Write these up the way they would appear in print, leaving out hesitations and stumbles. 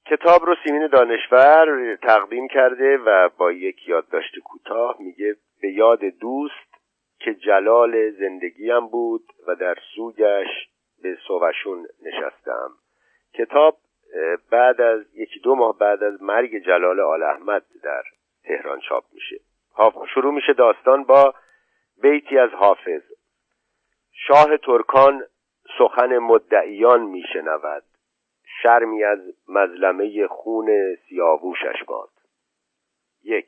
کتاب رو سیمین دانشور تقدیم کرده و با یک یادداشت کوتاه میگه به یاد دوست که جلال زندگیم بود و در سوگش به صوفشون نشستم. کتاب بعد از 1-2 ماه بعد از مرگ جلال آل احمد در تهران چاپ میشه. شروع میشه داستان با بیتی از حافظ: شاه ترکان سخن مدعیان میشنود، شرمی از مظلمه خون سیاووشش باد. 1.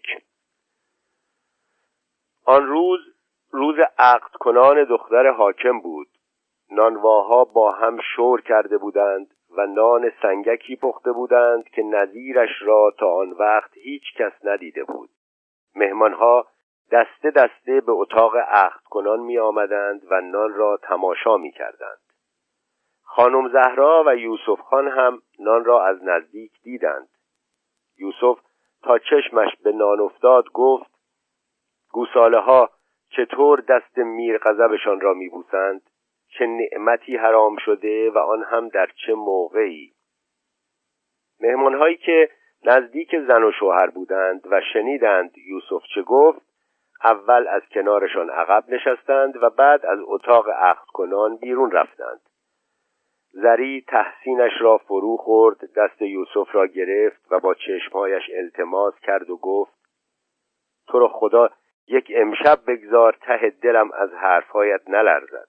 آن روز عقد کنان دختر حاکم بود. نانواها با هم شور کرده بودند و نان سنگکی پخته بودند که نظیرش را تا آن وقت هیچ کس ندیده بود. مهمانها دسته دسته به اتاق عقد کنان می آمدند و نان را تماشا می کردند. خانم زهرا و یوسف خان هم نان را از نزدیک دیدند. یوسف تا چشمش به نان افتاد گفت: گوساله ها چطور دست میر غضبشان را می بوسند؟ چه نعمتی حرام شده و آن هم در چه موقعی؟ مهمان هایی که نزدیک زن و شوهر بودند و شنیدند یوسف چه گفت، اول از کنارشان عقب نشستند و بعد از اتاق عقد کنان بیرون رفتند. زری تحسینش را فرو خورد، دست یوسف را گرفت و با چشمهایش التماس کرد و گفت: تو را خدا یک امشب بگذار ته دلم از حرفهایت نلرزد.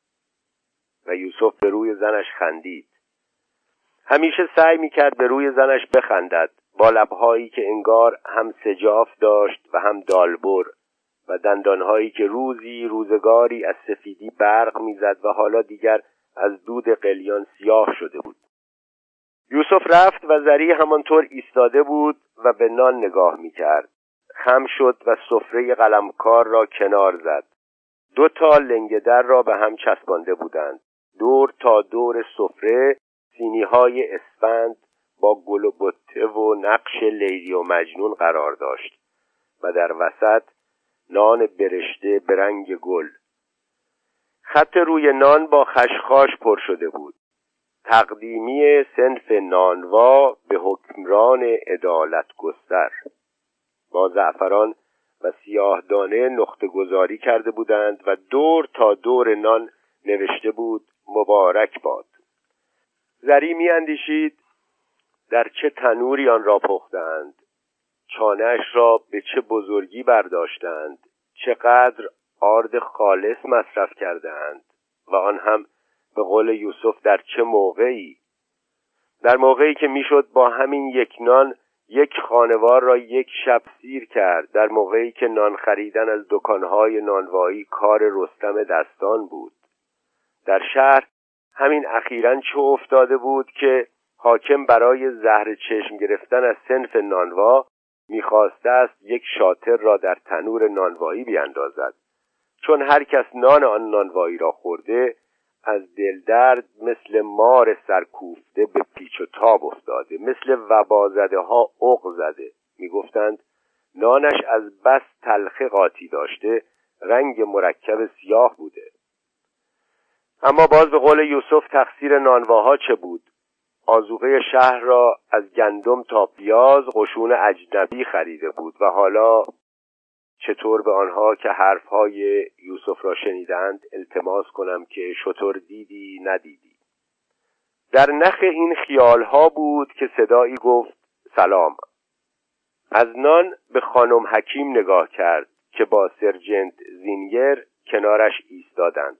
و یوسف به روی زنش خندید. همیشه سعی می‌کرد به روی زنش بخندد، با لب‌هایی که انگار هم سجاف داشت و هم دالبر و دندان‌هایی که روزگاری از سفیدی برق می‌زد و حالا دیگر از دود قلیان سیاه شده بود. یوسف رفت و زری همانطور ایستاده بود و به نان نگاه می‌کرد. خم شد و سفره قلمکار را کنار زد. 2 لنگه در را به هم چسبانده بودند. دور تا دور سفره سینی‌های اسفند با گل و بته و نقش لیلی و مجنون قرار داشت و در وسط نان برشته به رنگ گل. خط روی نان با خشخاش پر شده بود. تقدیمی صنف نانوا به حکمران عدالت گستر. با زعفران و سیاه دانه نقطه گذاری کرده بودند و دور تا دور نان نوشته بود: مبارک باد. زری می اندیشید در چه تنوری آن را پختند، چانه‌اش را به چه بزرگی برداشتند، چقدر آرد خالص مصرف کردند و آن هم به قول یوسف در چه موقعی. در موقعی که میشد با همین یک نان یک خانوار را یک شب سیر کرد، در موقعی که نان خریدن از دکانهای نانوایی کار رستم دستان بود. در شهر همین اخیراً چه افتاده بود که حاکم برای زهر چشم گرفتن از صنف نانوا می‌خواسته است یک شاطر را در تنور نانوایی بیاندازد، چون هر کس نان آن نانوایی را خورده از دلدرد مثل مار سرکوفته به پیچ و تاب افتاده، مثل وبازده ها عق زده. میگفتند نانش از بس تلخ قاطی داشته رنگ مرکب سیاه بوده. اما باز به قول یوسف تقصیر نانواها چه بود؟ آذوقه شهر را از گندم تا پیاز قشون اجنبی خریده بود و حالا چطور به آنها که حرفهای یوسف را شنیدند التماس کنم که شطور دیدی ندیدی؟ در نخ این خیالها بود که صدایی گفت: سلام. از نان به خانم حکیم نگاه کرد که با سرجنت زینگر کنارش ایستادند.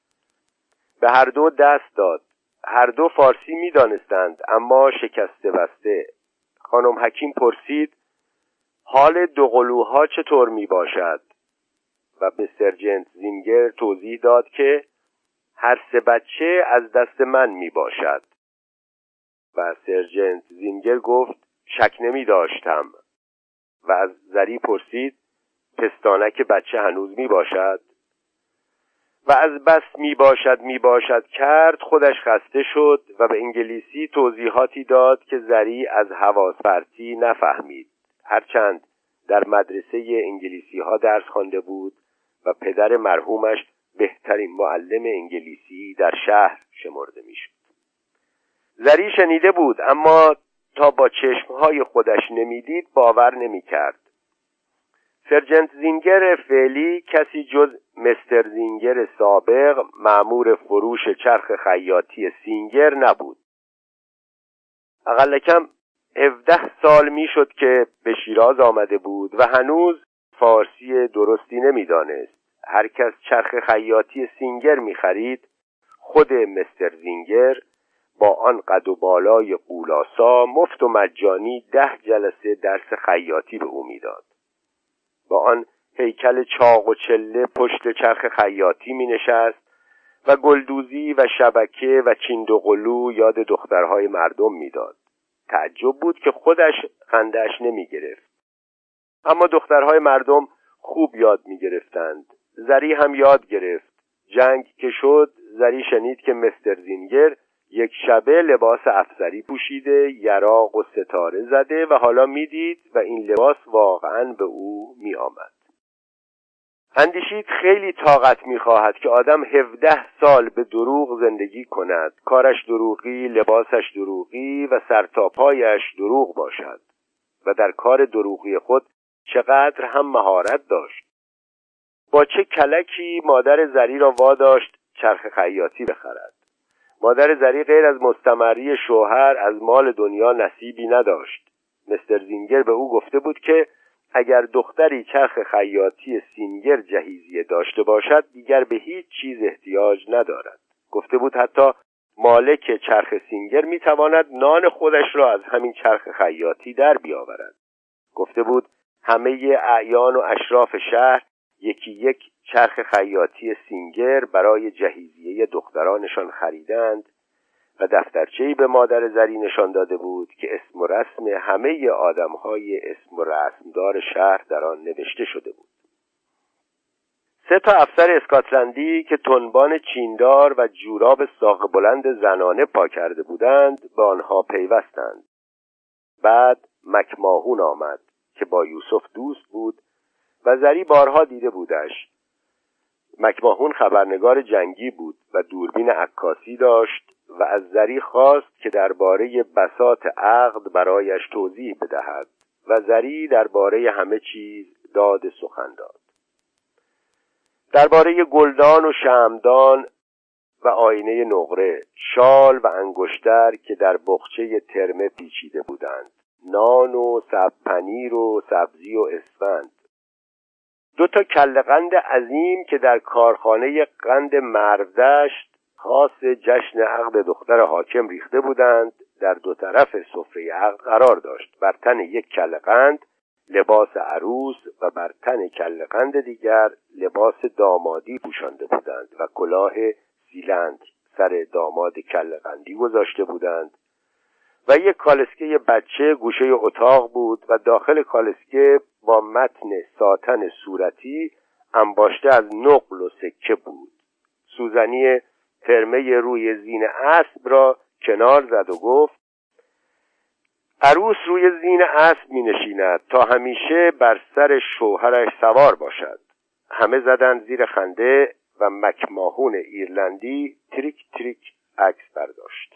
به هر دو دست داد. هر دو فارسی می دانستند اما شکسته بسته. خانم حکیم پرسید: حال دوقلوها چطور می باشد؟ و به سرجنت زینگر توضیح داد که هر 3 بچه از دست من می باشد. و سرجنت زینگر گفت: شک نمی داشتم. و از زری پرسید: پستانک بچه هنوز می باشد؟ و از بس می باشد کرد خودش خسته شد و به انگلیسی توضیحاتی داد که زری از حواس پرتی نفهمید، هرچند در مدرسه انگلیسی ها درس خوانده بود و پدر مرحومش بهترین معلم انگلیسی در شهر شمرده میشد. زری شنیده بود اما تا با چشمهای خودش نمیدید باور نمی‌کرد. سرجنت زینگر فعلی کسی جز مستر زینگر سابق مأمور فروش چرخ خیاطی سینگر نبود. اقل کم 17 سال میشد که به شیراز آمده بود و هنوز فارسی درستی نمیدانست. هر کس چرخ خیاطی سینگر می‌خرید، خود مستر زینگر با آن قد و بالای قولاسا مفت و مجانی 10 جلسه درس خیاطی به او میداد. با آن هیکل چاق و چله پشت چرخ خیاطی می نشست و گلدوزی و شبکه و چیندوقلو یاد دخترهای مردم میداد. تعجب بود که خودش خنده‌اش نمی گرفت. اما دخترهای مردم خوب یاد می گرفتند. زری هم یاد گرفت. جنگ که شد، زری شنید که مستر زینگر یک شبه لباس افسری پوشیده، یراق و ستاره زده و حالا میدید و این لباس واقعاً به او می آمد. اندیشید خیلی طاقت می‌خواهد که آدم 17 سال به دروغ زندگی کند، کارش دروغی، لباسش دروغی و سرتاپایش دروغ باشد و در کار دروغی خود چقدر هم مهارت داشت. با چه کلکی مادر زری را واداشت چرخ خیاطی بخرد. مادر زری غیر از مستمری شوهر از مال دنیا نصیبی نداشت. مستر زینگر به او گفته بود که اگر دختری چرخ خیاطی سینگر جهیزیه داشته باشد دیگر به هیچ چیز احتیاج ندارد. گفته بود حتی مالک چرخ سینگر میتواند نان خودش را از همین چرخ خیاطی در بیاورد. گفته بود همه اعیان و اشراف شهر یکی یک چرخ خیاطی سینگر برای جهیزیه دخترانشان خریدند و دفترچه‌ای به مادر زری نشان داده بود که اسم و رسم همه آدم‌های اسم و رسمدار شهر در آن نوشته شده بود. 3 افسر اسکاتلندی که تنبان چیندار و جوراب ساق بلند زنانه پا کرده بودند به آنها پیوستند. بعد مکماهون آمد که با یوسف دوست بود و زری بارها دیده بودش. مکماهون خبرنگار جنگی بود و دوربین عکاسی داشت و از زری خواست که درباره بساط عقد برایش توضیح بدهد و زری درباره همه چیز داد سخن داد. درباره گلدان و شمعدان و آینه نقره، شال و انگشتر که در بخچه ترمه پیچیده بودند، نان و سبز پنیر و سبزی و اسفند. 2 کله قند عظیم که در کارخانه قند مرودشت خاص جشن عقد دختر حاکم ریخته بودند در 2 طرف سفره عقد قرار داشت. بر تن یک کله قند لباس عروس و بر تن کله قند دیگر لباس دامادی پوشانده بودند و کلاه سیلندر سر داماد کله قندی گذاشته بودند و یک کالسکه بچه گوشه اتاق بود و داخل کالسکه با متن ساتن صورتی انباشته از نقل و سکه بود. سوزنی ترمه روی زین اسب را کنار زد و گفت عروس روی زین اسب می نشیند تا همیشه بر سر شوهرش سوار باشد. همه زدند زیر خنده و مکماهون ایرلندی تریک تریک عکس برداشت.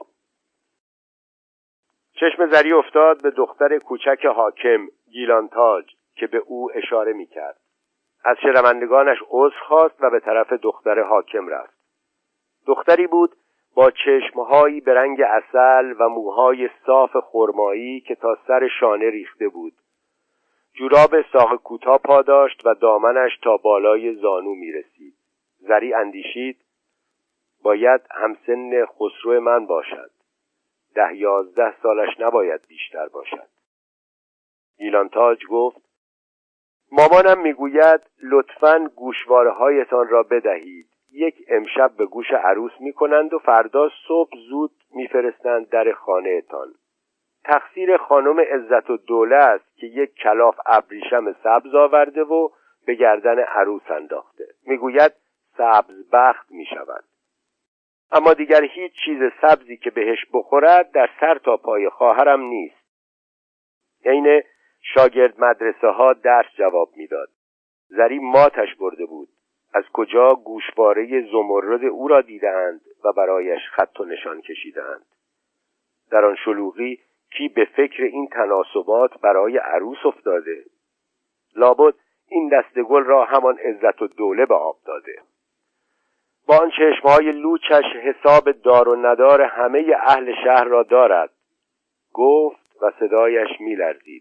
چشم زری افتاد به دختر کوچک حاکم گیلان تاج که به او اشاره می کرد. از شنوندگانش عذر خواست و به طرف دختر حاکم رفت. دختری بود با چشمهایی به رنگ عسل و موهای صاف خرمایی که تا سر شانه ریخته بود. جوراب ساق کوتاه پا داشت و دامنش تا بالای زانو می رسید. زری اندیشید باید همسن خسرو من باشد. 10-11 سالش نباید بیشتر باشد. گیلان تاج گفت مامانم میگوید لطفاً گوشواره‌هایتان را بدهید. یک امشب به گوش عروس میکنند و فردا صبح زود میفرستند در خانه‌تان. تقصیر خانم عزت الدوله است که یک کلاف ابریشم سبز آورده و به گردن عروس انداخته. میگوید سبز بخت میشود. اما دیگر هیچ چیز سبزی که بهش بخورد در سر تا پای خواهرم نیست. عین شاگرد مدرسه ها درس جواب میداد. زری ماتش برده بود. از کجا گوشواره زمرد او را دیدند و برایش خط و نشان کشیدند. در آن شلوغی کی به فکر این تناسبات برای عروس افتاده؟ لابد این دسته گل را همان عزت و دوله به آب داده. با آن چشمهای لوچش حساب دار و ندار همه اهل شهر را دارد، گفت و صدایش می‌لرزید.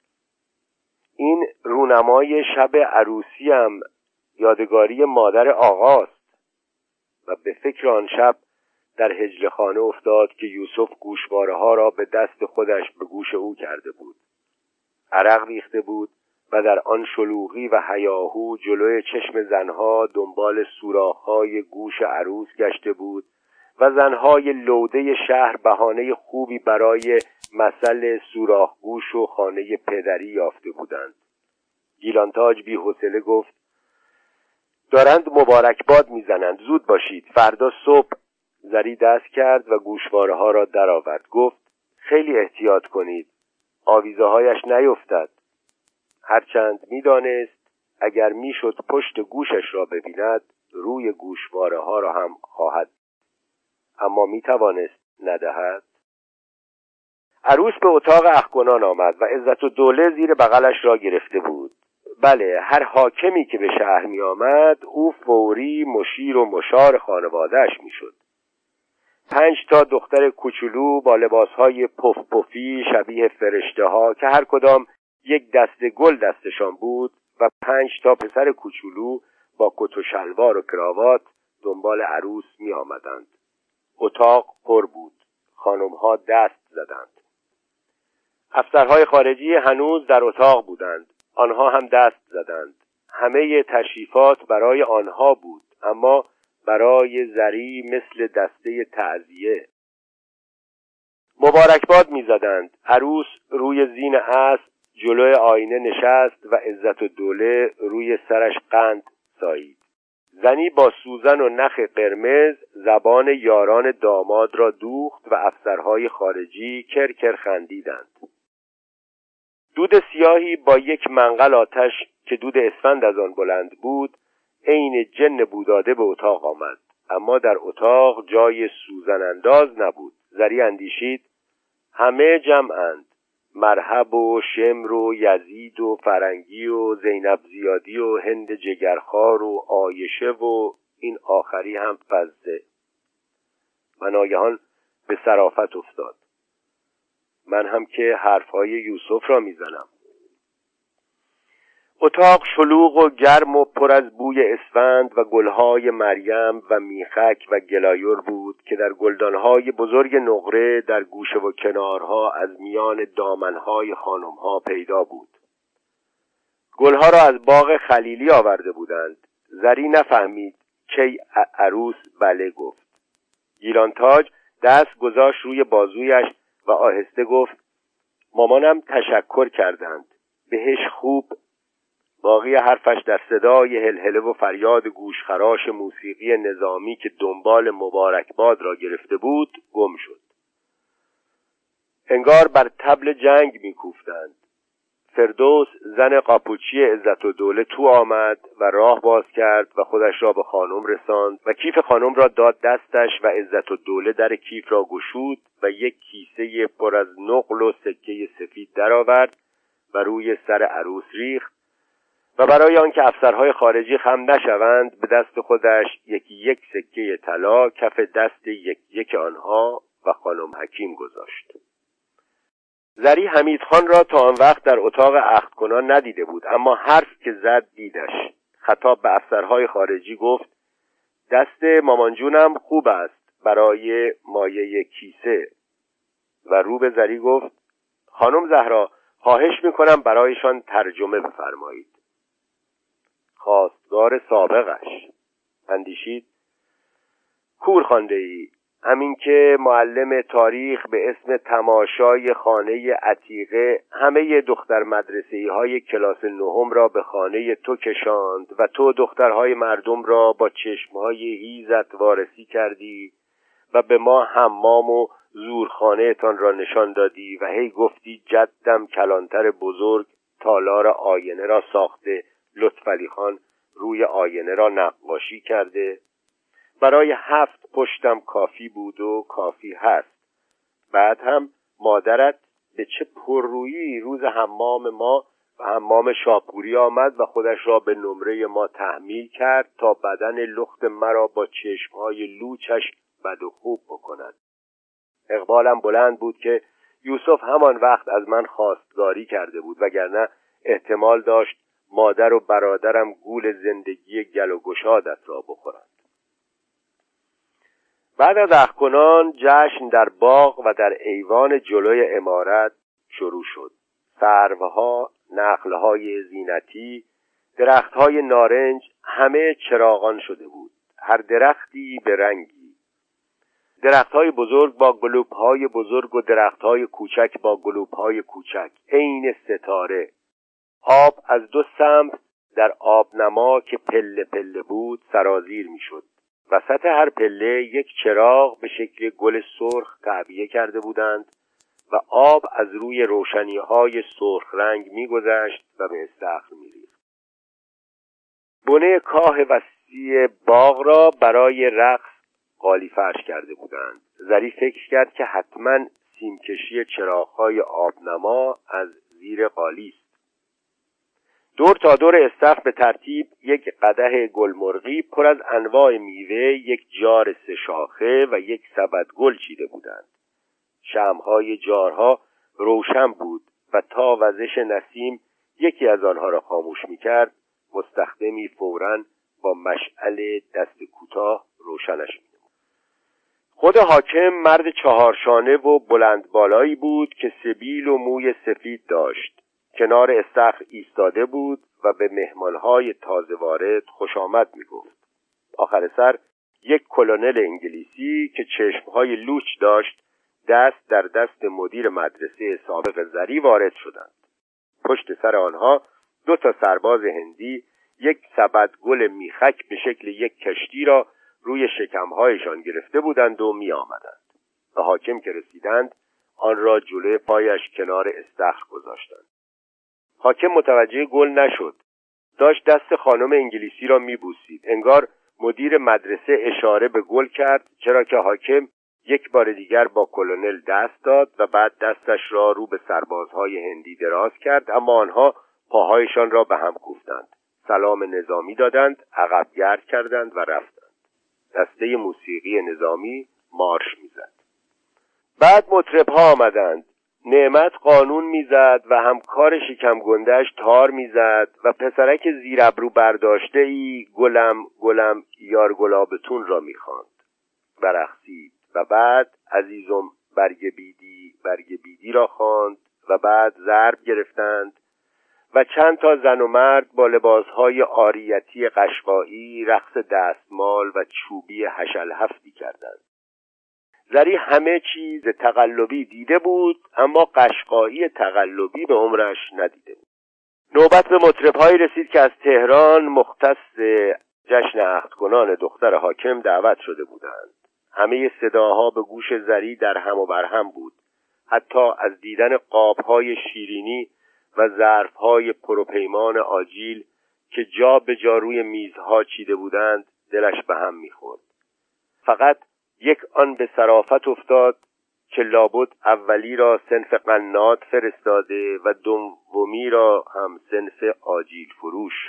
این رونمای شب عروسیم یادگاری مادر آقاست. و به فکر آن شب در حجله‌خانه افتاد که یوسف گوشواره‌ها را به دست خودش به گوش او کرده بود. عرق ریخته بود و در آن شلوغی و هیاهو جلوی چشم زنها دنبال سوراخ‌های گوش عروس گشته بود و زنهای لوده شهر بهانه خوبی برای مثل سوراخ گوش و خانه پدری یافته بودند. گیلانتاج بی حوصله گفت: دارند مبارکباد میزنند، زود باشید، فردا صبح. زری دست کرد و گوشواره‌ها را درآورد. گفت: خیلی احتیاط کنید، آویزه‌هایش نیفتد. هرچند می‌دانست اگر میشد پشت گوشش را ببیند روی گوشواره‌ها را هم خواهد، اما میتوانست ندهد. عروس به اتاق اخگنان آمد و عزت و دوله زیر بغلش را گرفته بود. بله، هر حاکمی که به شهر می آمد او فوری مشیر و مشار خانواده‌اش می شد. 5 تا دختر کوچولو با لباسهای پف پفی شبیه فرشته ها که هر کدام یک دسته گل دستشان بود و 5 تا پسر کوچولو با کت و شلوار و کراوات دنبال عروس می آمدند. اتاق پر بود. خانم‌ها دست زدند. افسرهای خارجی هنوز در اتاق بودند. آنها هم دست زدند. همه تشریفات برای آنها بود، اما برای زری مثل دسته تعزیه. مبارکباد می‌زدند. عروس روی زین اسب جلوی آینه نشست و عزت و دوله روی سرش قند سایید. زنی با سوزن و نخ قرمز زبان یاران داماد را دوخت و افسرهای خارجی کرکر خندیدند. دود سیاهی با یک منقل آتش که دود اسفند از آن بلند بود عین جن بوداده به اتاق آمد، اما در اتاق جای سوزن انداز نبود. زری اندیشید: همه جمعند، مرحب و شمر و یزید و فرنگی و زینب زیادی و هند جگرخوار و عایشه و این آخری هم فزه. و ناگهان به صرافت افتاد: من هم که حرفهای یوسف را میزنم. اتاق شلوغ و گرم و پر از بوی اسفند و گلهای مریم و میخک و گلایور بود که در گلدانهای بزرگ نقره در گوشه و کنارها از میان دامنهای خانمها پیدا بود. گلها را از باغ خلیلی آورده بودند. زری نفهمید کی عروس بله گفت. گیلانتاج دست گذاشت روی بازویش و آهسته گفت: مامانم تشکر کردند، بهش خوب. باقی حرفش در صدای هلهله و فریاد گوشخراش موسیقی نظامی که دنبال مبارکباد را گرفته بود گم شد. انگار بر طبل جنگ می‌کوفتند. فردوس زن قاپوچی عزت و دوله تو آمد و راه باز کرد و خودش را به خانم رساند و کیف خانم را داد دستش و عزت و دوله در کیف را گشود و یک کیسه پر از نقل و سکه سفید درآورد و روی سر عروس ریخت و برای آنکه افسرهای خارجی خم نشوند به دست خودش یک سکه طلا کف دست یک آنها و خانم حکیم گذاشت. زری حمیدخان را تا آن وقت در اتاق عقدکنان ندیده بود، اما حرف که زد دیدش. خطاب به افسرهای خارجی گفت: دست مامان جونم خوب است برای مایه کیسه. و رو به زری گفت: خانم زهرا، خواهش میکنم برایشان ترجمه بفرمایید. خواستگار سابقش اندیشید: کور خوانده ای، همین که معلم تاریخ به اسم تماشای خانه عتیقه همه دختر مدرسه‌ای های کلاس نهم را به خانه تو کشاند و تو دخترهای مردم را با چشمهای هیزت وارسی کردی و به ما حمام و زورخانه تان را نشان دادی و هی گفتی جدم کلانتر بزرگ تالار آینه را ساخته، لطفعلی خان روی آینه را نقاشی کرده. برای 7 پشتم کافی بود و کافی هست. بعد هم مادرت به چه پررویی روز حمام ما و حمام شاپوری آمد و خودش را به نمره ما تحمیل کرد تا بدن لخت مرا با چشمهای لوچش بد و خوب بکند. اقبالم بلند بود که یوسف همان وقت از من خواستگاری کرده بود، وگرنه احتمال داشت مادر و برادرم گول زندگی گل و گشادت را بخورند. بعد از اخکنان جشن در باغ و در ایوان جلوی عمارت شروع شد. سروها، نخلهای زینتی، درختهای نارنج، همه چراغان شده بود، هر درختی به رنگی. درختهای بزرگ با گلوبهای بزرگ و درختهای کوچک با گلوبهای کوچک، عین ستاره. آب از دو سمت در آبنما که پله پله بود سرازیر می شد. وسط هر پله یک چراغ به شکل گل سرخ تعبیه کرده بودند و آب از روی روشنی‌های سرخ رنگ می‌گذشت و به استخر می‌ریخت. بنه کاه وسیع باغ را برای رقص قالی فرش کرده بودند. زری فکر کرد که حتما سیمکشی چراغ‌های آبنما از زیر قالی است. دور تا دور استخر به ترتیب یک قدح گلمرغی پر از انواع میوه، یک جار سه شاخه و یک سبد گل چیده بودند. شمع‌های جارها روشن بود و تا وزش نسیم یکی از آنها را خاموش می‌کرد، مستخدمی فوراً با مشعل دست کوتاه روشنش می‌نمود. خود حاکم مرد چهارشانه و بلند بالایی بود که سبیل و موی سفید داشت. کنار استخر ایستاده بود و به مهمانهای تازه وارد خوش آمد می‌گفت. آخر سر یک کلونل انگلیسی که چشم‌های لوچ داشت دست در دست مدیر مدرسه سابق زری وارد شدند. پشت سر آنها 2 سرباز هندی یک سبد گل میخک به شکل یک کشتی را روی شکمهایشان گرفته بودند و می آمدند. و حاکم که رسیدند آن را جلوی پایش کنار استخر گذاشتند. حاکم متوجه گل نشد. داشت دست خانم انگلیسی را می بوسید. انگار مدیر مدرسه اشاره به گل کرد، چرا که حاکم یک بار دیگر با کلونل دست داد و بعد دستش را رو به سربازهای هندی دراز کرد، اما آنها پاهایشان را به هم کوفتند، سلام نظامی دادند، عقب گرد کردند و رفتند. دسته موسیقی نظامی مارش میزد. بعد مطرب‌ها آمدند. نعمت قانون میزد و همکار شکم گنده‌اش تار میزد و پسرک زیر ابرو برداشته ای گلم گلم یار گلابتون را میخواند و رقصید و بعد عزیزم برگ بیدی را خواند و بعد ضرب گرفتند و چند تا زن و مرد با لباسهای عاریتی قشقایی رقص دستمال و چوبی حشل هفتی کردند. زری همه چیز تقلبی دیده بود، اما قشقایی تقلبی به عمرش ندیده بود. نوبت به مطرب‌هایی رسید که از تهران مختص جشن عهدکنان دختر حاکم دعوت شده بودند. همه صداها به گوش زری در هم و بر هم بود. حتی از دیدن قاب‌های شیرینی و ظرف‌های پروپیمان آجیل که جا به جا روی میزها چیده بودند دلش به هم می‌خورد. فقط یک آن به صرافت افتاد که لابد اولی را صنف قنات فرستاده و دومی را هم صنف آجیل فروش.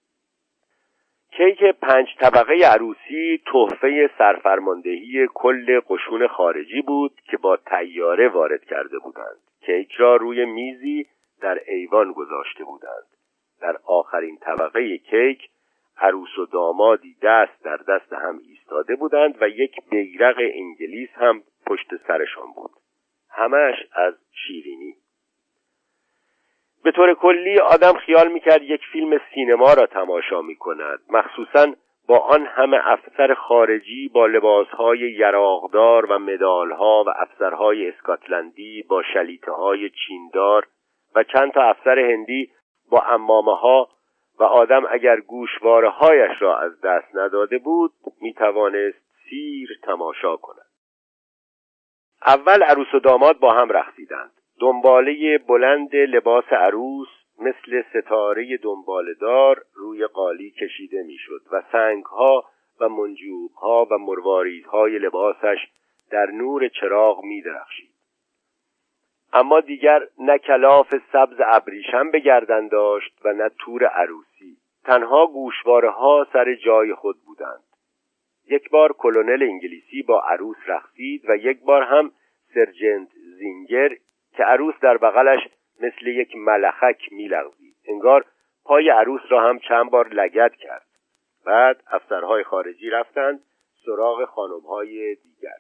کیک 5 طبقه عروسی تحفه سرفرماندهی کل قشون خارجی بود که با طیاره وارد کرده بودند. کیک را روی میزی در ایوان گذاشته بودند. در آخرین طبقه کیک عروس و دامادی دست در دست هم ایستاده بودند و یک بیرق انگلیس هم پشت سرشان بود. همش از شیرینی. به طور کلی آدم خیال میکرد یک فیلم سینما را تماشا میکند، مخصوصاً با آن همه افسر خارجی با لباسهای یراقدار و مدالها و افسرهای اسکاتلندی با شلیته‌های چیندار و چند تا افسر هندی با عمامه‌ها و آدم اگر گوشواره‌هایش را از دست نداده بود میتوانست سیر تماشا کند. اول عروس و داماد با هم رقصیدند. دنباله بلند لباس عروس مثل ستاره دنباله‌دار روی قالی کشیده میشد و سنگ‌ها و منجوق‌ها و مرواریدهای لباسش در نور چراغ می‌درخشید. اما دیگر نه کلاف سبز ابریشم به گردن داشت و نه تور عروسی. تنها گوشواره ها سر جای خود بودند. یک بار کلونل انگلیسی با عروس رقصید و یک بار هم سرجنت زینگر که عروس در بغلش مثل یک ملخک می‌لغزید. انگار پای عروس را هم چند بار لگد کرد. بعد افسرهای خارجی رفتند سراغ خانم‌های دیگر.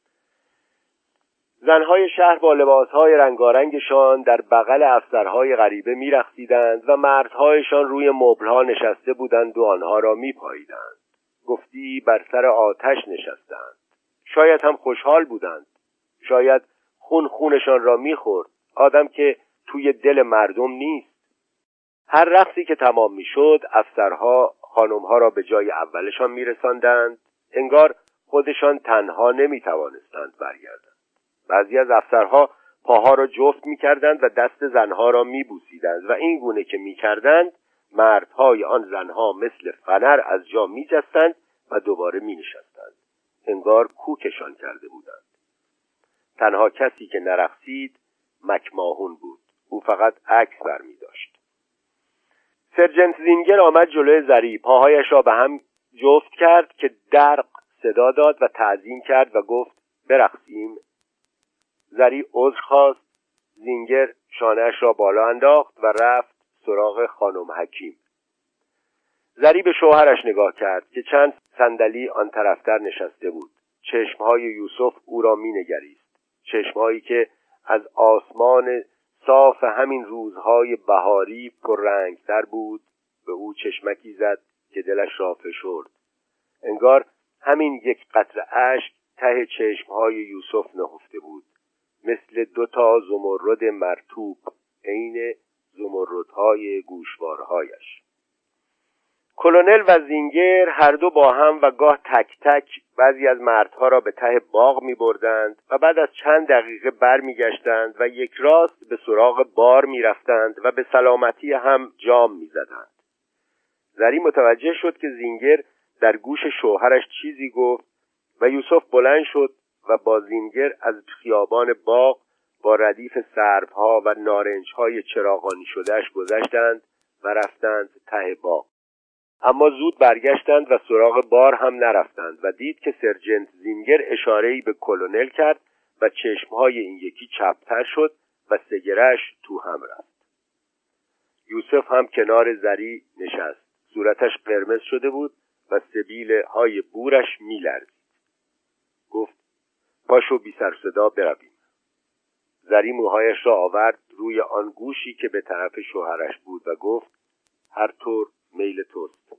زنهای شهر با لباسهای رنگارنگشان در بغل افسرهای غریبه می‌رقصیدند و مردهایشان روی مبل‌ها نشسته بودند و آنها را می‌پاییدند. گفتی بر سر آتش نشستند. شاید هم خوشحال بودند. شاید خونشان را می‌خورد. آدم که توی دل مردم نیست. هر رقصی که تمام می‌شد، افسرها خانم‌ها را به جای اولشان می‌رساندند. انگار خودشان تنها نمی‌توانستند برگردند. بعضی از افسرها پاها را جفت می‌کردند و دست زنها را می‌بوسیدند و این گونه که می‌کردند مردهای آن زنها مثل فنر از جا می‌جستند و دوباره می‌نشستند. انگار کوکشان کرده بودند. تنها کسی که نرقصید مکماهون بود. او فقط عکس برمی‌داشت. سرجنت زینگر آمد جلوی زری، پاهایش را به هم جفت کرد که درق صدا داد و تعظیم کرد و گفت برقصیم. زری عذر خواست. زینگر شانه‌اش را بالا انداخت و رفت سراغ خانم حکیم. زری به شوهرش نگاه کرد که چند صندلی آن طرفتر نشسته بود. چشمهای یوسف او را می‌نگریست. چشمهایی که از آسمان صاف همین روزهای بهاری پررنگ‌تر بود به او چشمکی زد که دلش را فشرد. انگار همین یک قطره اشک ته چشمهای یوسف نهفته بود، مثل 2 زمرد مرطوب عین زمردهای گوشوارهایش. کلونل و زینگر هر دو با هم و گاه تک تک بعضی از مردها را به ته باغ می بردند و بعد از چند دقیقه بر می گشتند و یک راست به سراغ بار می رفتند و به سلامتی هم جام می زدند. زری متوجه شد که زینگر در گوش شوهرش چیزی گفت و یوسف بلند شد و با زینگر از خیابان باغ با ردیف سرب‌ها و نارنج‌های چراغانی شدهش گذشتند و رفتند ته باغ. اما زود برگشتند و سراغ بار هم نرفتند و دید که سرجنت زینگر اشاره‌ای به کلونل کرد و چشمهای این یکی چپتر شد و سگره‌اش تو هم رفت. یوسف هم کنار زری نشست. صورتش قرمز شده بود و سبیل‌های بورش می‌لرزید. گفت پاشو بی سر صدا برویم. زری موهایش را آورد روی آن گوشی که به طرف شوهرش بود و گفت هر طور میل توست.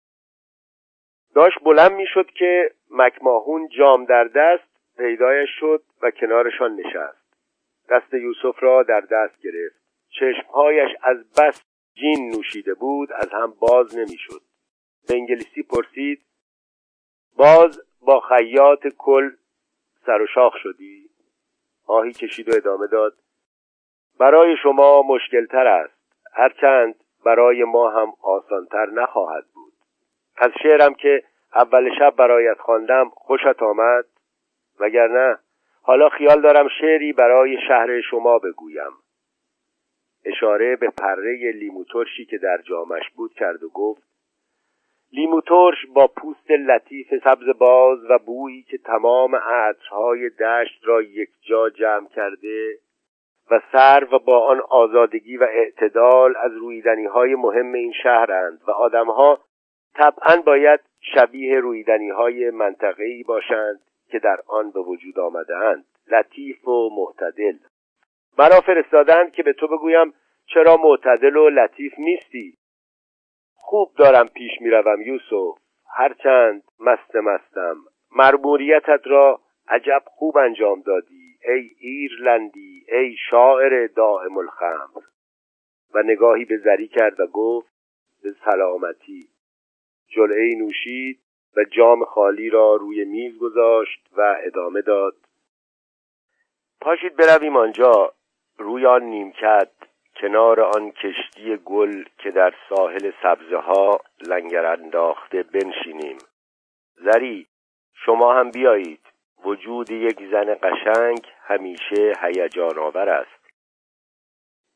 داشت بلند می شد که مکماهون جام در دست پیدایش شد و کنارشان نشست. دست یوسف را در دست گرفت. چشمهایش از بس جین نوشیده بود از هم باز نمی شد. به انگلیسی پرسید باز با خیاط کل سر و شاخ شدی؟ آهی کشید و ادامه داد برای شما مشکل‌تر است، هرچند برای ما هم آسان‌تر نخواهد بود. از شعرم که اول شب برایت خواندم خوشت آمد؟ وگرنه حالا خیال دارم شعری برای شهر شما بگویم. اشاره به پره لیمو ترشی که در جامش بود کرد و گفت لیمو ترش با پوست لطیف سبز باز و بویی که تمام عطرهای دشت را یک جا جمع کرده و سرو با آن آزادگی و اعتدال از رویدنی‌های مهم این شهرند و آدم‌ها طبعاً باید شبیه رویدنی‌های منطقه‌ای باشند که در آن به وجود آمده‌اند، لطیف و معتدل. مرا فرستادند که به تو بگویم چرا معتدل و لطیف نیستی. خوب دارم پیش می‌روم یوسف، هرچند مستم. مأموریتت را عجب خوب انجام دادی ای ایرلندی، ای شاعر دائم الخمر. و نگاهی به زری کرد و گفت به سلامتی. جرعه‌ای نوشید و جام خالی را روی میز گذاشت و ادامه داد پاشید برویم آنجا روی آن نیمکت کنار آن کشتی گل که در ساحل سبزه‌ها لنگر انداخته بنشینیم. زری شما هم بیایید. وجود یک زن قشنگ همیشه هیجان آور است.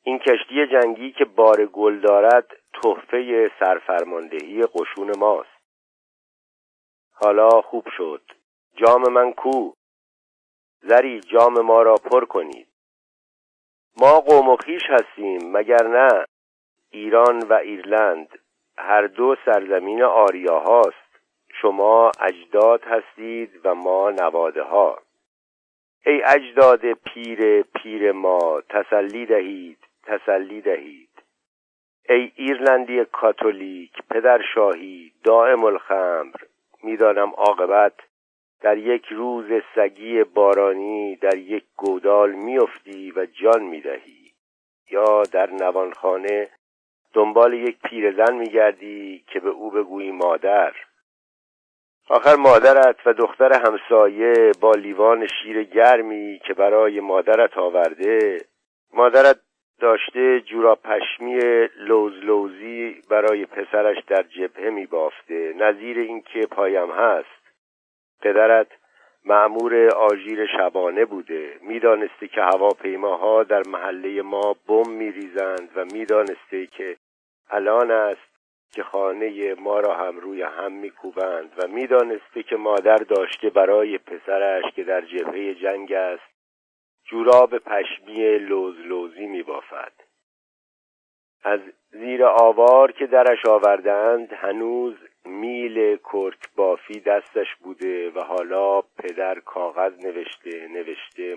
این کشتی جنگی که بار گل دارد تحفه سرفرماندهی قشون ماست. حالا خوب شد. جام من کو؟ زری جام ما را پر کنید. ما قوم و خویش هستیم مگر نه؟ ایران و ایرلند هر دو سرزمین آریاهاست. شما اجداد هستید و ما نواده ها. ای اجداد پیر پیر ما، تسلی دهید، تسلی دهید. ای ایرلندی کاتولیک، پدر شاهی، دائم الخمر، میدانم عاقبت در یک روز سگی بارانی در یک گودال میافتی و جان میدهی، یا در نوانخانه دنبال یک پیرزن میگردی که به او بگویی مادر. آخر مادرت و دختر همسایه با لیوان شیر گرمی که برای مادرت آورده، مادرت داشته جوراب پشمی لوزی برای پسرش در جبهه میبافته، نظیر این که پایم هست. پدرت مأمور آژیر شبانه بوده، میدانسته که هواپیماها در محله ما بم میریزند و میدانسته که الان است که خانه ما را هم روی هم میکوبند و میدانسته که مادر داشته برای پسرش که در جبهه جنگ است جوراب پشمی لوزی میبافد. از زیر آوار که درش آوردند هنوز میل کرک بافی دستش بوده و حالا پدر کاغذ نوشته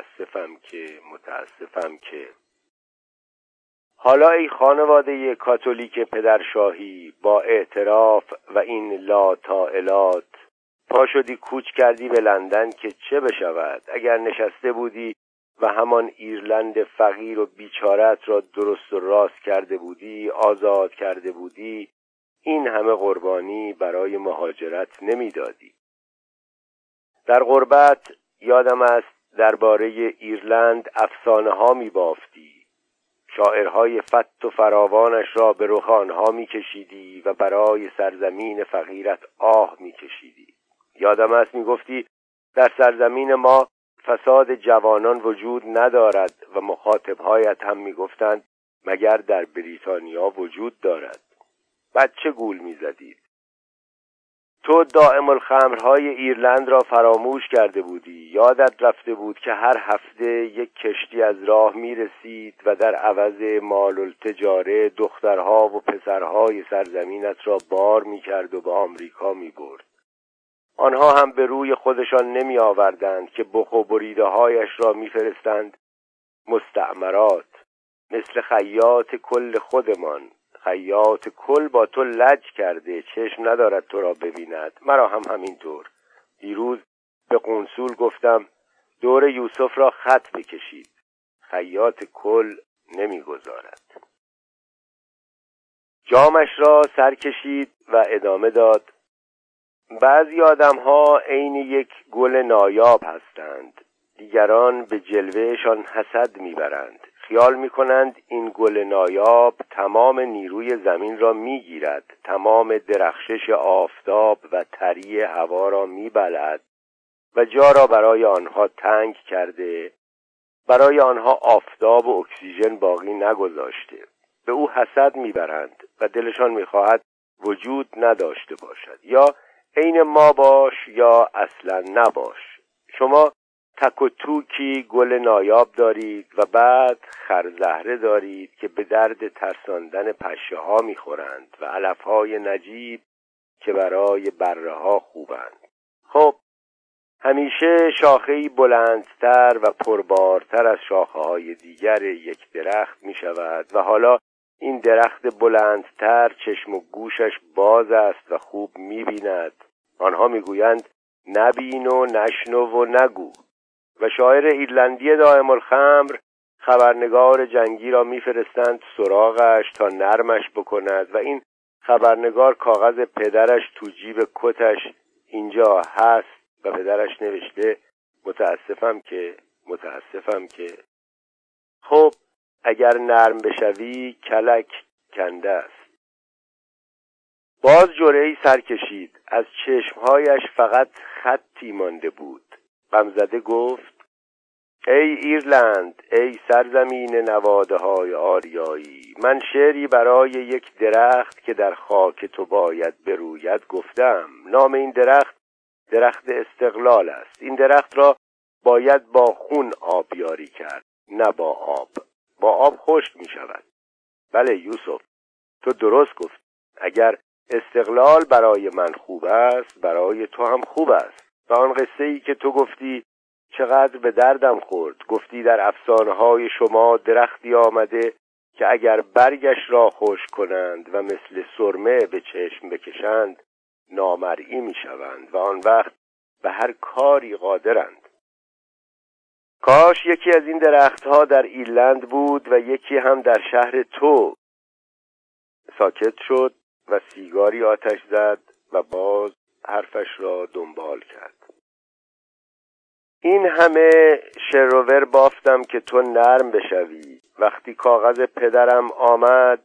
متاسفم که. حالا ای خانواده کاتولیک پدرشاهی، با اعتراف و این لاطائلات پا شدی کوچ کردی به لندن که چه بشود؟ اگر نشسته بودی و همان ایرلند فقیر و بیچارت را درست و راست کرده بودی، آزاد کرده بودی، این همه قربانی برای مهاجرت نمیدادی. در غربت یادم است درباره ایرلند افسانه ها میبافتی، شاعرهای فت و فراوانش را به رخ آنها میکشیدی و برای سرزمین فقیرت آه میکشیدی. یادم است میگفتی در سرزمین ما فساد جوانان وجود ندارد و مخاطبهایت هم میگفتند مگر در بریتانیا وجود دارد. بچه گول میزدید. تو دائم الخمرهای ایرلند را فراموش کرده بودی. یادت رفته بود که هر هفته یک کشتی از راه میرسید و در عوض مال التجاره دخترها و پسرهای سرزمینت را بار میکرد و به آمریکا میبرد. آنها هم به روی خودشان نمی آوردند که بخ و بریده هایش را میفرستند مستعمرات. مثل خیاط کل خودمان. خیاط کل با تو لج کرده، چشم ندارد تو را ببیند. مرا هم همینطور. دیروز به قنصول گفتم دور یوسف را خط بکشید. خیاط کل نمیگذارد. جامش را سر کشید و ادامه داد: بعضی آدم‌ها عین یک گل نایاب هستند. دیگران به جلوهشان حسد میبرند. خیال میکنند این گل نایاب تمام نیروی زمین را میگیرد، تمام درخشش آفتاب و طری هوا را میبلعد و جا را برای آنها تنگ کرده، برای آنها آفتاب و اکسیژن باقی نگذاشته. به او حسد میبرند و دلشان میخواهد وجود نداشته باشد. یا عین ما باش یا اصلا نباش. شما تک و توکی گل نایاب دارید و بعد خرزهره دارید که به درد ترساندن پشه ها میخورند و علف های نجیب که برای بره ها خوبند. خب همیشه شاخه‌ای بلندتر و پربارتر از شاخه‌های دیگر یک درخت میشود و حالا این درخت بلندتر چشم و گوشش باز است و خوب می‌بیند. آنها میگویند نبین و نشنو و نگو. و شاعر ایرلندی دائم الخمر خبرنگار جنگی را میفرستند سراغش تا نرمش بکند و این خبرنگار کاغذ پدرش تو جیب کتش اینجا هست و پدرش نوشته متاسفم که. خب اگر نرم بشوی کلک کنده است. باز جرعه‌ای سر کشید. از چشمهایش فقط خطی مانده بود. غمزده گفت: ای ایرلند، ای سرزمین نواده‌های آریایی، من شعری برای یک درخت که در خاک تو باید بروید گفتم. نام این درخت درخت استقلال است. این درخت را باید با خون آبیاری کرد، نه با آب. با آب خشک می شود. بله یوسف، تو درست گفت. اگر استقلال برای من خوب است، برای تو هم خوب است. و آن قصه ای که تو گفتی چقدر به دردم خورد. گفتی در افسانه‌های شما درختی آمده که اگر برگش را خشک کنند و مثل سرمه به چشم بکشند نامرئی می شوند و آن وقت به هر کاری قادرند. کاش یکی از این درختها در ایرلند بود و یکی هم در شهر تو. ساکت شد و سیگاری آتش زد و باز حرفش را دنبال کرد. این همه شروور بافتم که تو نرم بشوی. وقتی کاغذ پدرم آمد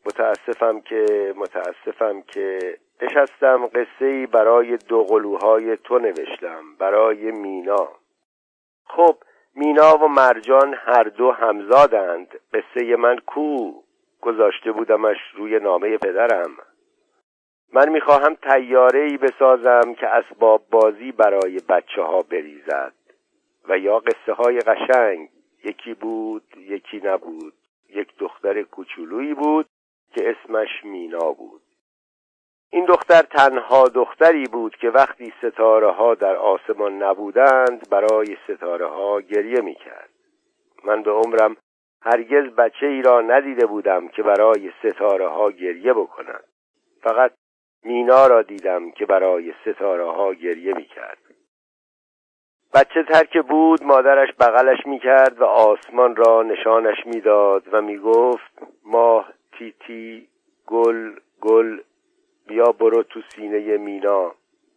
متاسفم که نشستم قصه‌ای برای دوقلوهای تو نوشتم، برای مینا. خب مینا و مرجان هر دو همزادند. قصه من کو؟ گذاشته بودمش روی نامه پدرم. من میخواهم طیاره‌ای بسازم که اسباب بازی برای بچه‌ها بریزد و یا قصه های قشنگ. یکی بود یکی نبود. یک دختر کوچولویی بود که اسمش مینا بود. این دختر تنها دختری بود که وقتی ستاره ها در آسمان نبودند برای ستاره ها گریه میکرد. من به عمرم هرگز بچه ای را ندیده بودم که برای ستاره ها گریه بکند. فقط مینا را دیدم که برای ستاره ها گریه میکرد. بچه تر که بود مادرش بغلش میکرد و آسمان را نشانش میداد و میگفت ماه تیتی گل گل بیا برو تو سینه مینا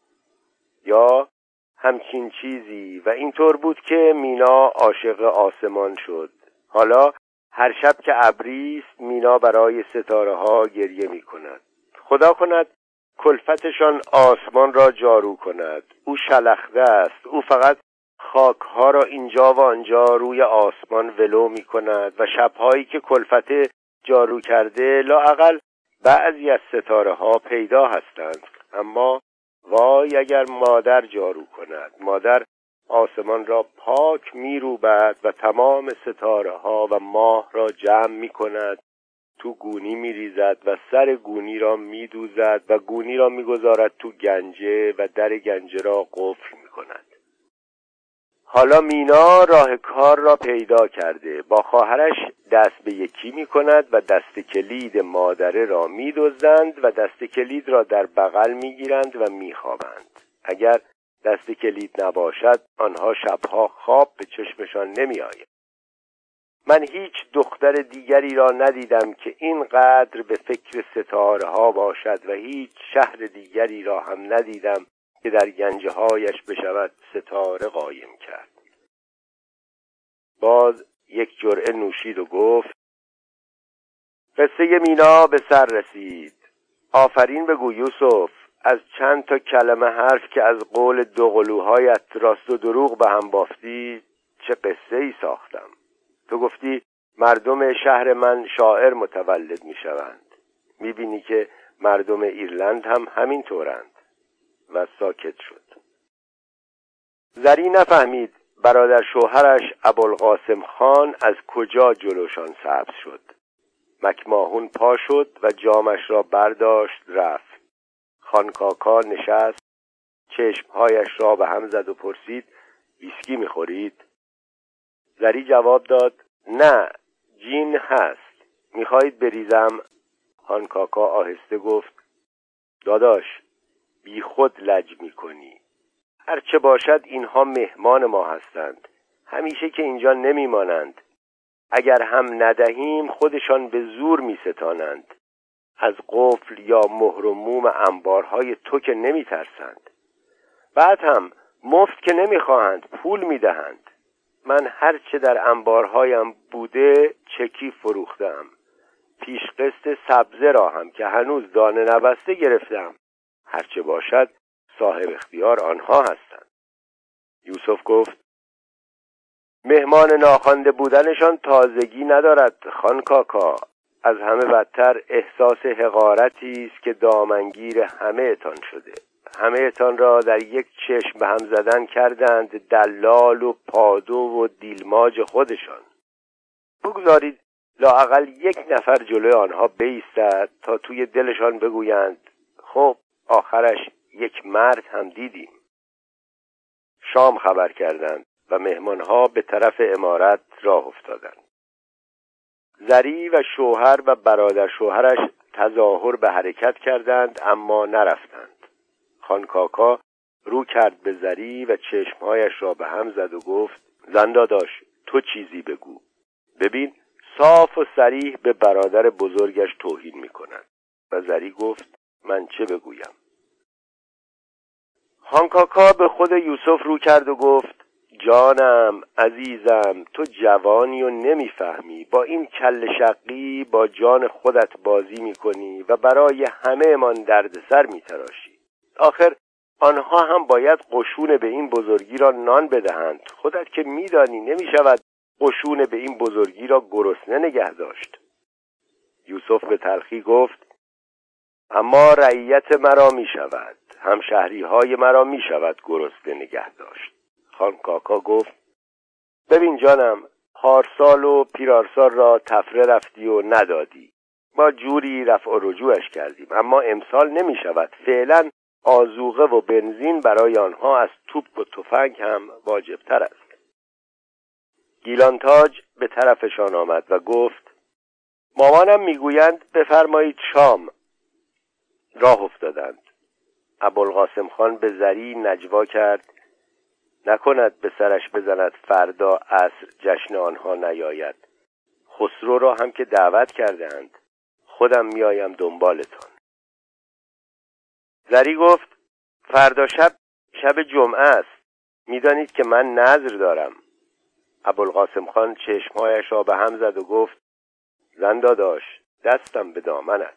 یا همچین چیزی. و اینطور بود که مینا عاشق آسمان شد. حالا هر شب که ابریست مینا برای ستاره ها گریه میکند. خدا کند کلفتشان آسمان را جارو کند. او شلخته است. او فقط خاکها را اینجا و آنجا روی آسمان ولو می کند و شبهایی که کلفت جارو کرده لااقل بعضی از ستاره ها پیدا هستند. اما وای اگر مادر جارو کند. مادر آسمان را پاک می روبد و تمام ستاره ها و ماه را جمع می کند، تو گونی می ریزد و سر گونی را می دوزد و گونی را می گذارد تو گنجه و در گنجه را قفل می کند. حالا مینا راه کار را پیدا کرده. با خواهرش دست به یکی می کند و دست کلید مادره را می دزدند و دست کلید را در بغل می گیرند و می خوابند. اگر دست کلید نباشد آنها شبها خواب به چشمشان نمی آید. من هیچ دختر دیگری را ندیدم که اینقدر به فکر ستاره ها باشد و هیچ شهر دیگری را هم ندیدم که در گنجه هایش بشود ستاره قایم کرد. باز یک جرعه نوشید و گفت قصه مینا به سر رسید. آفرین بگو یوسف. از چند تا کلمه حرف که از قول دوقلوهایت راست و دروغ به هم بافتی چه قصه ای ساختم. تو گفتی مردم شهر من شاعر متولد می شوند. می بینی که مردم ایرلند هم همین طورند. و ساکت شد. زری نفهمید برادر شوهرش ابوالقاسم خان از کجا جلوشان سبز شد. مکماهون پا شد و جامش را برداشت رفت. خانکاکا نشست، چشمهایش را به هم زد و پرسید ویسکی می‌خورید؟ زری جواب داد نه، جین هست. می‌خواهید بریزم؟ خانکاکا آهسته گفت داداش بی خود لج می‌کنی. هرچه باشد اینها مهمان ما هستند. همیشه که اینجا نمی‌مانند. اگر هم ندهیم خودشان به زور می‌ستانند. از قفل یا مهر و موم انبارهای تو که نمی‌ترسند. بعد هم مفت که نمی‌خواهند، پول می‌دهند. من هرچه در انبارهایم بوده چکی فروختم. پیش قسط سبزه را هم که هنوز دانه نبسته گرفتم. هرچه باشد صاحب اختیار آنها هستند. یوسف گفت مهمان ناخوانده بودنشان تازگی ندارد خانکاکا. از همه بدتر احساس حقارتی است که دامنگیر همه‌تان شده. همه‌تان را در یک چشم به هم زدن کردند دلال و پادو و دیلماج خودشان. بگذارید لااقل یک نفر جلوی آنها بایستد تا توی دلشان بگویند خب آخرش یک مرد هم دیدیم. شام خبر کردند و مهمانها به طرف عمارت راه افتادند. زری و شوهر و برادر شوهرش تظاهر به حرکت کردند اما نرفتند. خانکاکا رو کرد به زری و چشمهایش را به هم زد و گفت زن داداش تو چیزی بگو. ببین صاف و صریح به برادر بزرگش توهین می‌کند. و زری گفت من چه بگویم؟ خانکاکا به خود یوسف رو کرد و گفت جانم عزیزم تو جوانی و نمیفهمی. با این کل شقی با جان خودت بازی میکنی و برای همه من دردسر میتراشی. آخر آنها هم باید قشون به این بزرگی را نان بدهند. خودت که میدانی نمیشود قشون به این بزرگی را گرسنه نگه داشت. یوسف به تلخی گفت اما رعیت مرا میشود، همشهری های مرا میشود گرسنه نگه داشت. خانکاکا گفت ببین جانم، پارسال و پیرارسال را تفره رفتی و ندادی، ما جوری رفع و رجوعش کردیم، اما امسال نمی شود. فعلا آذوقه و بنزین برای آنها از توپ و تفنگ هم واجبتر است. گیلانتاج به طرفشان آمد و گفت مامانم میگویند بفرمایید شام. راه افتادند. ابوالقاسم خان به زری نجوا کرد نکند به سرش بزند فردا عصر جشن آنها نیاید. خسرو را هم که دعوت کردند، خودم میایم دنبالتان. زری گفت فردا شب جمعه است، میدانید که من نذر دارم. ابوالقاسم خان چشمهایش را به هم زد و گفت زن داداش دستم به دامنت.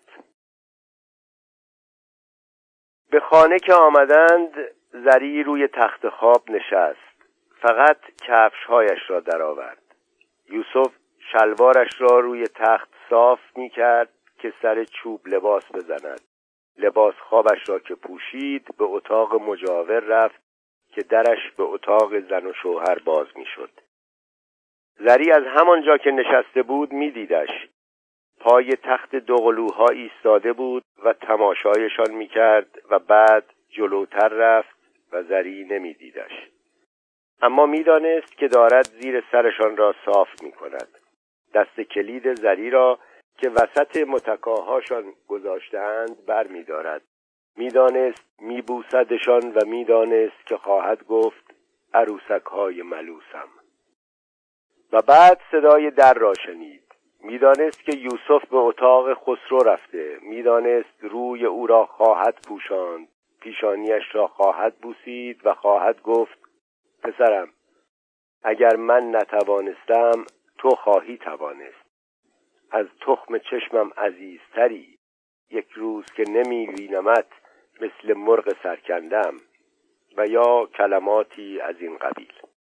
به خانه که آمدند زری روی تخت خواب نشست. فقط کفشهایش را درآورد. یوسف شلوارش را روی تخت صاف می کرد که سر چوب لباس بزند. لباس خوابش را که پوشید به اتاق مجاور رفت که درش به اتاق زن و شوهر باز می شد. زری از همانجا که نشسته بود می دیدش. پای تخت دوقلوها ایستاده بود و تماشایشان می کرد و بعد جلوتر رفت و زری نمی دیدش. اما می دانست که دارد زیر سرشان را صاف می کند. دست کلید زری را که وسط متکاهاشان گذاشته‌اند بر می دارد. می دانست می بوسدشان و می دانست که خواهد گفت عروسک های ملوسم. و بعد صدای در را شنید. میدانست که یوسف به اتاق خسرو رفته. میدانست روی او را خواهد پوشاند، پیشانیش را خواهد بوسید و خواهد گفت پسرم اگر من نتوانستم تو خواهی توانست. از تخم چشمم عزیزتری، یک روز که نمیبینمت مثل مرغ سرکندم، و یا کلماتی از این قبیل.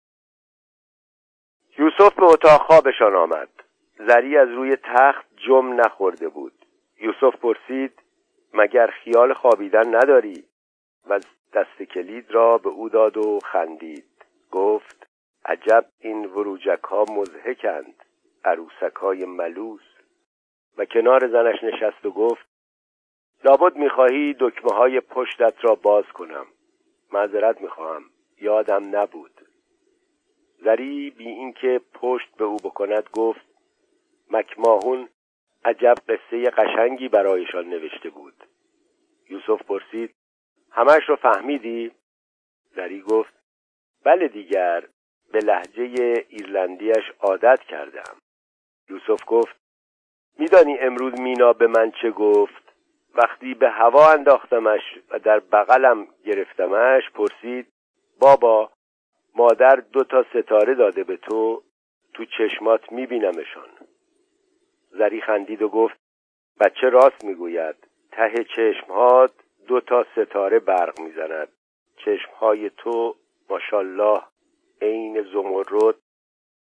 یوسف به اتاق خوابشان آمد. زری از روی تخت جم نخورده بود. یوسف پرسید مگر خیال خوابیدن نداری؟ و دست کلید را به او داد و خندید. گفت عجب این وروجک ها مضحکند، عروسک های ملوس. و کنار زنش نشست و گفت لابد میخواهی دکمه های پشتت را باز کنم. معذرت میخواهم، یادم نبود. زری بی اینکه پشت به او بکند گفت مکماهون عجب قصه قشنگی برایشان نوشته بود. یوسف پرسید همش رو فهمیدی؟ زری گفت بله دیگر، به لهجه ایرلندیش عادت کردم. یوسف گفت میدانی امروز مینا به من چه گفت؟ وقتی به هوا انداختمش و در بغلم گرفتمش پرسید بابا مادر 2 ستاره داده به تو چشمات میبینمشان. زری خندید و گفت بچه راست میگوید، ته چشمهات 2 ستاره برق میزند. چشمهای تو ماشاءالله عین زمرد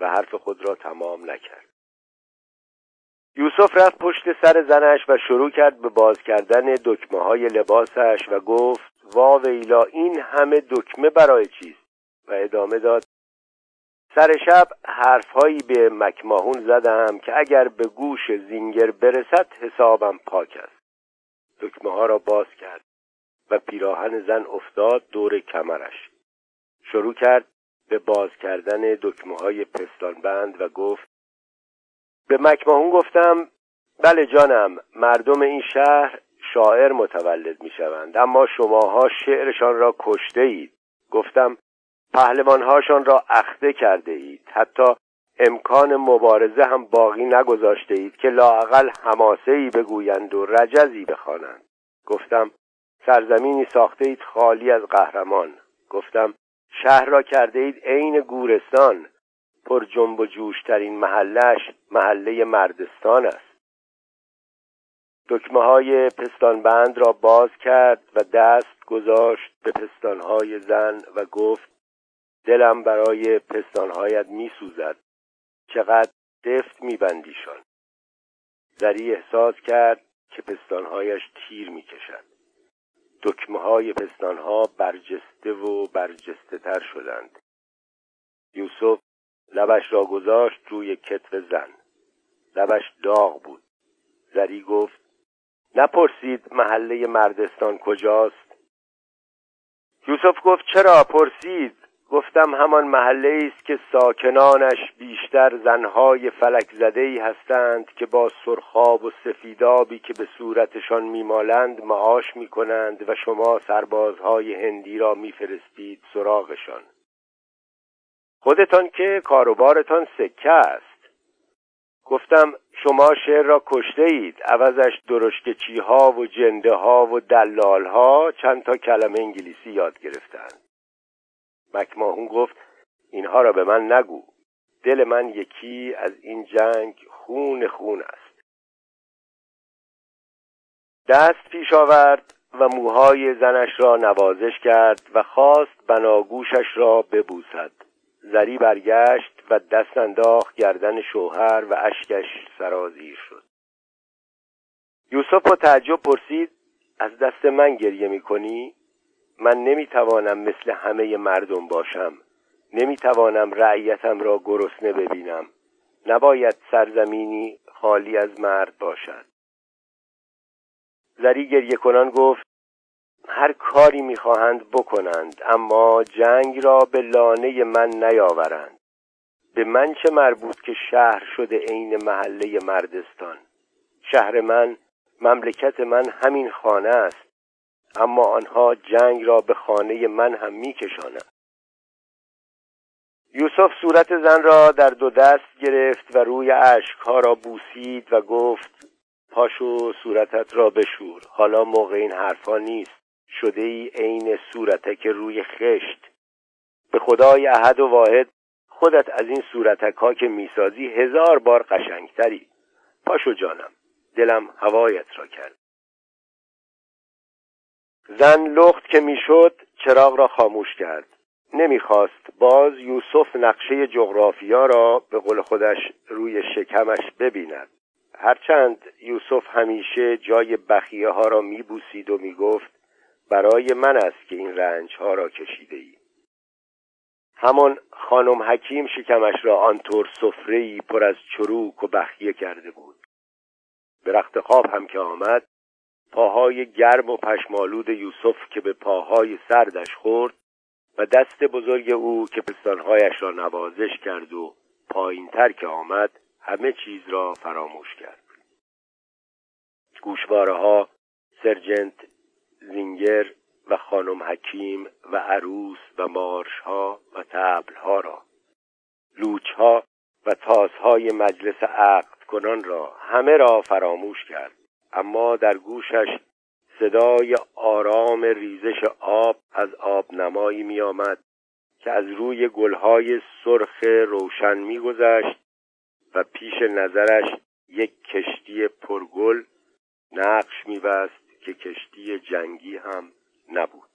و حرف خود را تمام نکرد. یوسف رفت پشت سر زنش و شروع کرد به باز کردن دکمه‌های لباسش و گفت وا ویلا، این همه دکمه برای چیست؟ و ادامه داد سر شب حرفهایی به مکماهون زدم که اگر به گوش زینگر برسد حسابم پاک است. دکمه‌ها را باز کرد و پیراهن زن افتاد دور کمرش. شروع کرد به باز کردن دکمه‌های پستانبند و گفت به مکماهون گفتم بله جانم، مردم این شهر شاعر متولد می شوند، اما شماها شعرشان را کشته اید. گفتم پهلوانهاشان را اخته کرده اید، حتی امکان مبارزه هم باقی نگذاشته اید که لااقل حماسه‌ای بگویند و رجزی بخوانند. گفتم سرزمینی ساخته اید خالی از قهرمان. گفتم شهر را کرده اید عین گورستان، پر جنب و جوش ترین محلش محله مردستان است. دکمه‌های پستانبند را باز کرد و دست گذاشت به پستانهای زن و گفت دلم برای پستانهایت می‌سوزد، چقدر دفت می‌بندیشان. زری احساس کرد که پستانهایش تیر می‌کشد. دکمه‌های پستانها برجسته و برجسته تر شدند. یوسف لبش را گذاشت روی کتف زن. لبش داغ بود. زری گفت نپرسید محله مردستان کجاست؟ یوسف گفت چرا پرسید؟ گفتم همان محله است که ساکنانش بیشتر زنهای فلک زده‌ای هستند که با سرخاب و سفیدابی که به صورتشان میمالند معاش میکنند و شما سربازهای هندی را میفرستید سراغشان. خودتان که کاروبارتان سکه است. گفتم شما شعر را کشته اید، عوضش درشکچی‌ها و جنده‌ها و دلال‌ها چند تا کلمه انگلیسی یاد گرفتند. مکماهون گفت اینها را به من نگو، دل من یکی از این جنگ خون است. دست پیش آورد و موهای زنش را نوازش کرد و خواست بناگوشش را ببوسد. زری برگشت و دست انداخت گردن شوهر و اشکش سرازیر شد. یوسف با تعجب پرسید از دست من گریه می‌کنی؟ من نمی‌توانم مثل همه مردم باشم. نمی‌توانم رعیتم را گرسنه ببینم. نباید سرزمینی خالی از مرد باشد. زری گریه کنان گفت هر کاری می‌خواهند بکنند، اما جنگ را به لانه من نیاورند. به من چه مربوط که شهر شده عین محله مردستان؟ شهر من، مملکت من همین خانه است، اما آنها جنگ را به خانه من هم می‌کشانند. یوسف صورت زن را در دو دست گرفت و روی اشک‌ها را بوسید و گفت پاشو صورتت را بشور، حالا موقع این حرفا نیست. شده ای عین صورتک روی خشت. به خدای احد و واحد خودت از این صورتک ها که میسازی 1000 بار قشنگتری. پاشو جانم، دلم هوایت را کرد. زن لخت که میشد چراغ را خاموش کرد. نمیخواست باز یوسف نقشه جغرافیا را به قول خودش روی شکمش ببیند. هرچند یوسف همیشه جای بخیه ها را میبوسید و میگفت برای من است که این رنج ها را کشیده ای. همان خانم حکیم شکمش را آنطور سفره‌ای پر از چروک و بخیه کرده بود. به رخت خواب هم که آمد، پاهای گرم و پشمالود یوسف که به پاهای سردش خورد و دست بزرگ او که پستانهایش را نوازش کرد و پایین‌تر که آمد، همه چیز را فراموش کرد. گوشواره‌ها، سرجنت زینگر و خانم حکیم و عروس و مارش‌ها و طبل‌ها را، لوچ‌ها و تاس‌های مجلس عقد کنان را، همه را فراموش کرد. اما در گوشش صدای آرام ریزش آب از آبنمایی می آمد که از روی گلهای سرخ روشن می گذشت و پیش نظرش یک کشتی پرگل نقش می بست که کشتی جنگی هم نبود.